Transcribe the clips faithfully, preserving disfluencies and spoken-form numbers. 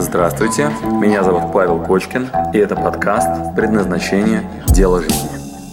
Здравствуйте, меня зовут Павел Кочкин, и это подкаст «Предназначение. Дело жизни».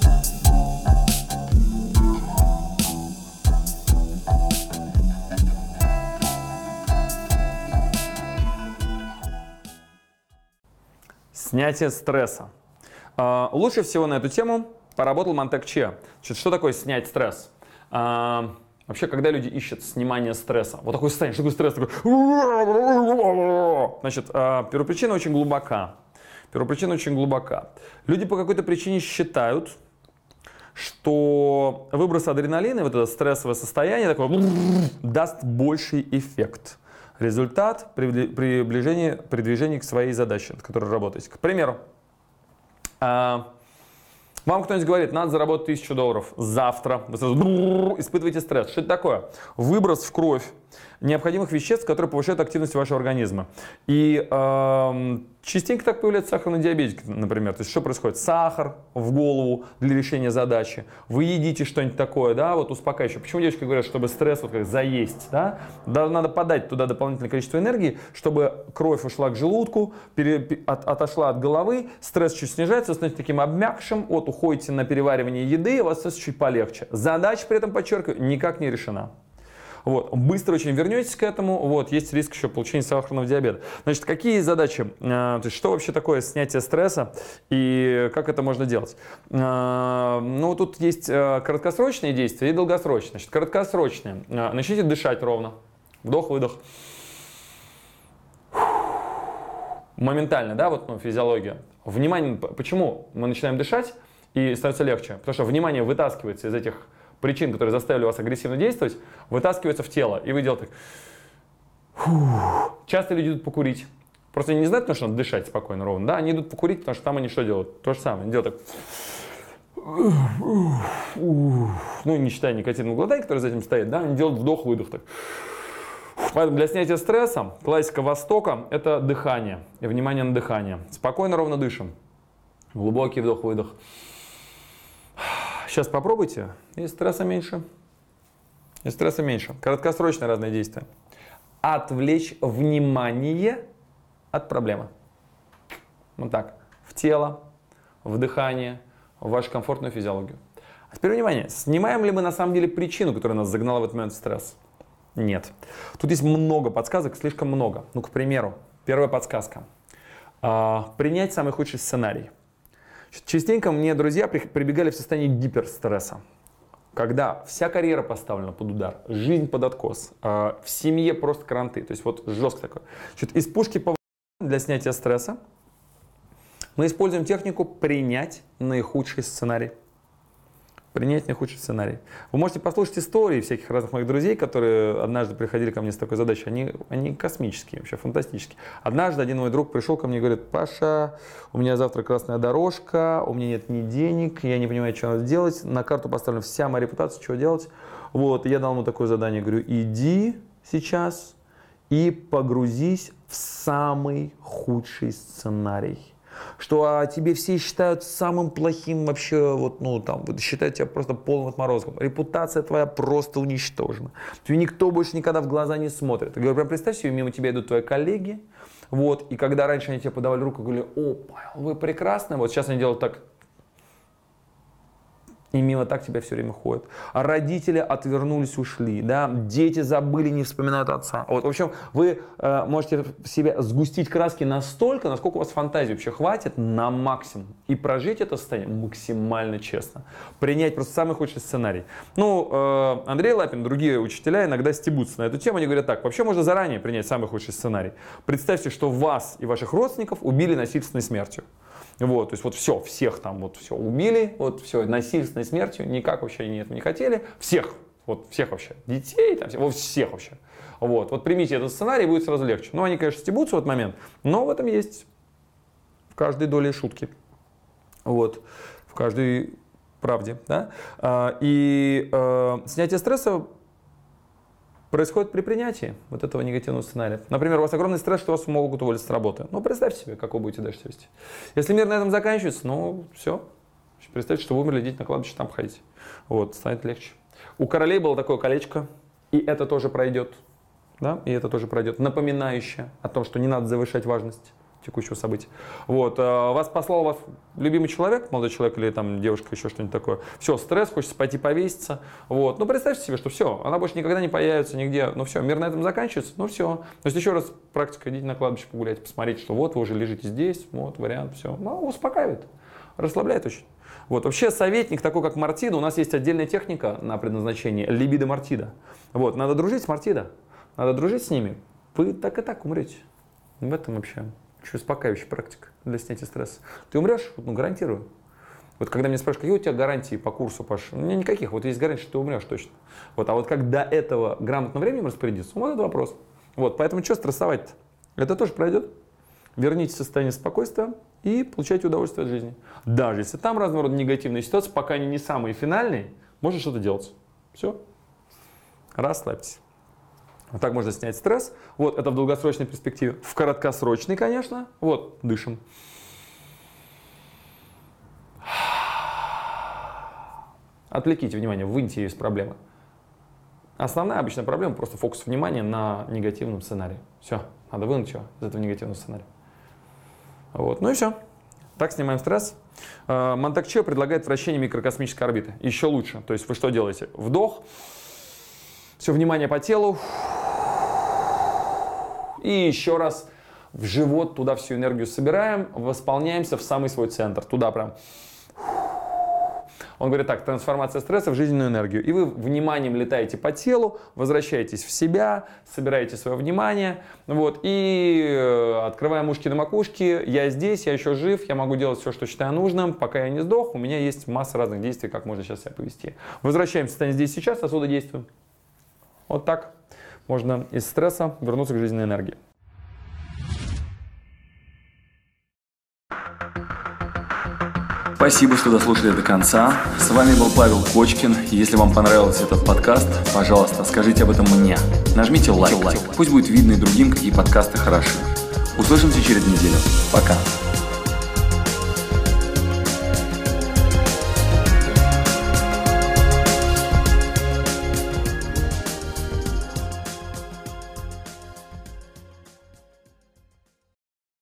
Снятие стресса. А, лучше всего на эту тему поработал Монтек Че. Значит, что такое снять стресс? А, вообще, когда люди ищут снимание стресса, вот такой состояние, что такое стресс? Такой... Значит, а, первопричина очень глубока. Первопричина очень глубока. Люди по какой-то причине считают, что выброс адреналина, вот это стрессовое состояние, такое, даст больший эффект. Результат при приближении, при движении к своей задаче, над которой работаете. К примеру, вам кто-нибудь говорит, надо заработать тысячу долларов завтра. Вы сразу испытываете стресс. Что это такое? Выброс в кровь необходимых веществ, которые повышают активность вашего организма. И э, частенько так появляется сахарный диабетик, например. То есть что происходит? Сахар в голову для решения задачи. Вы едите что-нибудь такое, да, вот успокаивающее. Почему девочки говорят, чтобы стресс вот как заесть, да? Да, надо подать туда дополнительное количество энергии, чтобы кровь ушла к желудку, пере, от, отошла от головы, стресс чуть снижается, вы становитесь таким обмякшим, вот уходите на переваривание еды, у вас становится чуть полегче. Задача при этом, подчеркиваю, никак не решена. Вот. Быстро очень вернетесь к этому, вот. Есть риск еще получения сахарного диабета. Значит, какие задачи, э, то есть что вообще такое снятие стресса и как это можно делать? Э, ну, тут есть э, краткосрочные действия и долгосрочные. Значит, краткосрочные. Э, начните дышать ровно. Вдох-выдох. Моментально, да, вот ну, физиология. Внимание, почему мы начинаем дышать и становится легче? Потому что внимание вытаскивается из этих причин, которые заставили вас агрессивно действовать, вытаскивается в тело, и вы делаете так. Фух. Часто люди идут покурить. Просто они не знают, потому что надо дышать спокойно, ровно. Да, они идут покурить, потому что там они что делают? То же самое. Они делают так. Ну, не считая никотиновых глотаний, которые за этим стоят, да, они делают вдох-выдох так. Поэтому для снятия стресса классика Востока – это дыхание и внимание на дыхание. Спокойно, ровно дышим. Глубокий вдох-выдох. Сейчас попробуйте, и стресса меньше. И стресса меньше. Краткосрочные разные действия. Отвлечь внимание от проблемы. Вот так. В тело, в дыхание, в вашу комфортную физиологию. А теперь внимание. Снимаем ли мы на самом деле причину, которая нас загнала в этот момент в стресс? Нет. Тут есть много подсказок, слишком много. Ну, к примеру, первая подсказка. Принять самый худший сценарий. Частенько мне друзья прибегали в состоянии гиперстресса, когда вся карьера поставлена под удар, жизнь под откос, в семье просто кранты, то есть вот жестко такое. Значит, из пушки по для снятия стресса мы используем технику принять наихудший сценарий. Принять наихудший сценарий. Вы можете послушать истории всяких разных моих друзей, которые однажды приходили ко мне с такой задачей. Они, они космические, вообще фантастические. Однажды один мой друг пришел ко мне и говорит: Паша, у меня завтра красная дорожка, у меня нет ни денег, я не понимаю, что надо делать. На карту поставлена вся моя репутация, что делать. Вот, и я дал ему такое задание, говорю: иди сейчас и погрузись в самый худший сценарий. Что а, тебе все считают самым плохим вообще, вот, ну, там, считают тебя просто полным отморозком. Репутация твоя просто уничтожена. Тебе никто больше никогда в глаза не смотрит. Я говорю, прям представь себе, мимо тебя идут твои коллеги, вот, и когда раньше они тебе подавали руку, говорили: о, Павел, вы прекрасны, вот сейчас они делают так. И мимо так тебя все время ходят. А родители отвернулись, ушли. Да? Дети забыли, не вспоминают отца. Вот, в общем, вы э, можете в себе сгустить краски настолько, насколько у вас фантазии вообще хватит на максимум. И прожить это состояние максимально честно. Принять просто самый худший сценарий. Ну, э, Андрей Лапин, другие учителя иногда стебутся на эту тему. Они говорят так: вообще можно заранее принять самый худший сценарий. Представьте, что вас и ваших родственников убили насильственной смертью. Вот, то есть вот все, всех там вот все убили, вот все, насильственной смертью, никак вообще они этого не хотели. Всех, вот всех вообще, детей, там, вот всех вообще. Вот, вот примите этот сценарий, будет сразу легче. Ну, они, конечно, стебутся в этот момент, но в этом есть в каждой доле шутки. Вот, в каждой правде, да. И э, снятие стресса происходит при принятии вот этого негативного сценария. Например, у вас огромный стресс, что вас могут уволить с работы. Ну, представьте себе, как вы будете дальше себя вести. Если мир на этом заканчивается, ну, все. Представьте, что вы умерли, идите на кладбище, там ходите. Вот, станет легче. У королей было такое колечко, и это тоже пройдет. да, и это тоже пройдет, напоминающее о том, что не надо завышать важность текущего события. Вот, вас послал вас любимый человек, молодой человек или там девушка, еще что-нибудь такое. Все, стресс, хочется пойти повеситься. Вот, ну представьте себе, что все, она больше никогда не появится нигде. Ну все, мир на этом заканчивается, ну все. То есть еще раз практика, идите на кладбище погулять, посмотрите, что вот вы уже лежите здесь, вот вариант, все. Ну, успокаивает, расслабляет очень. Вот, вообще советник такой, как Мартида, у нас есть отдельная техника на предназначение, либидо Мартида. Вот, надо дружить с Мартида, надо дружить с ними, вы так и так умрете. В этом вообще очень успокаивающая практика для снятия стресса. Ты умрешь, ну гарантирую. Вот когда меня спрашивают, какие у тебя гарантии по курсу, Паш? У меня никаких, вот есть гарантия, что ты умрешь точно. Вот, а вот как до этого грамотно временем распорядиться, вот это вопрос. Вот, поэтому что стрессовать-то? Это тоже пройдет. Вернитесь в состояние спокойствия и получайте удовольствие от жизни. Даже если там разного рода негативные ситуации, пока они не самые финальные, можно что-то делать. Все. Расслабьтесь. Вот так можно снять стресс. Вот это в долгосрочной перспективе. В краткосрочной, конечно. Вот, дышим. Отвлеките внимание, выньте ее из проблемы. Основная обычная проблема — просто фокус внимания на негативном сценарии. Все, надо вынуть его из этого негативного сценария. Вот, ну и все. Так снимаем стресс. Мантак Че предлагает вращение микрокосмической орбиты. Еще лучше. То есть вы что делаете? Вдох. Все внимание по телу. И еще раз в живот, туда всю энергию собираем, восполняемся в самый свой центр. Туда прям. Он говорит так: трансформация стресса в жизненную энергию. И вы вниманием летаете по телу, возвращаетесь в себя, собираете свое внимание. Вот, и открываем ушки на макушке. Я здесь, я еще жив, я могу делать все, что считаю нужным. Пока я не сдох, у меня есть масса разных действий, как можно сейчас себя повести. Возвращаемся в состояние здесь, сейчас, отсюда действуем. Вот так можно из стресса вернуться к жизненной энергии. Спасибо, что дослушали до конца. С вами был Павел Кочкин. Если вам понравился этот подкаст, пожалуйста, скажите об этом мне. Нажмите лайк. Пусть будет видно и другим, какие подкасты хороши. Услышимся через неделю. Пока.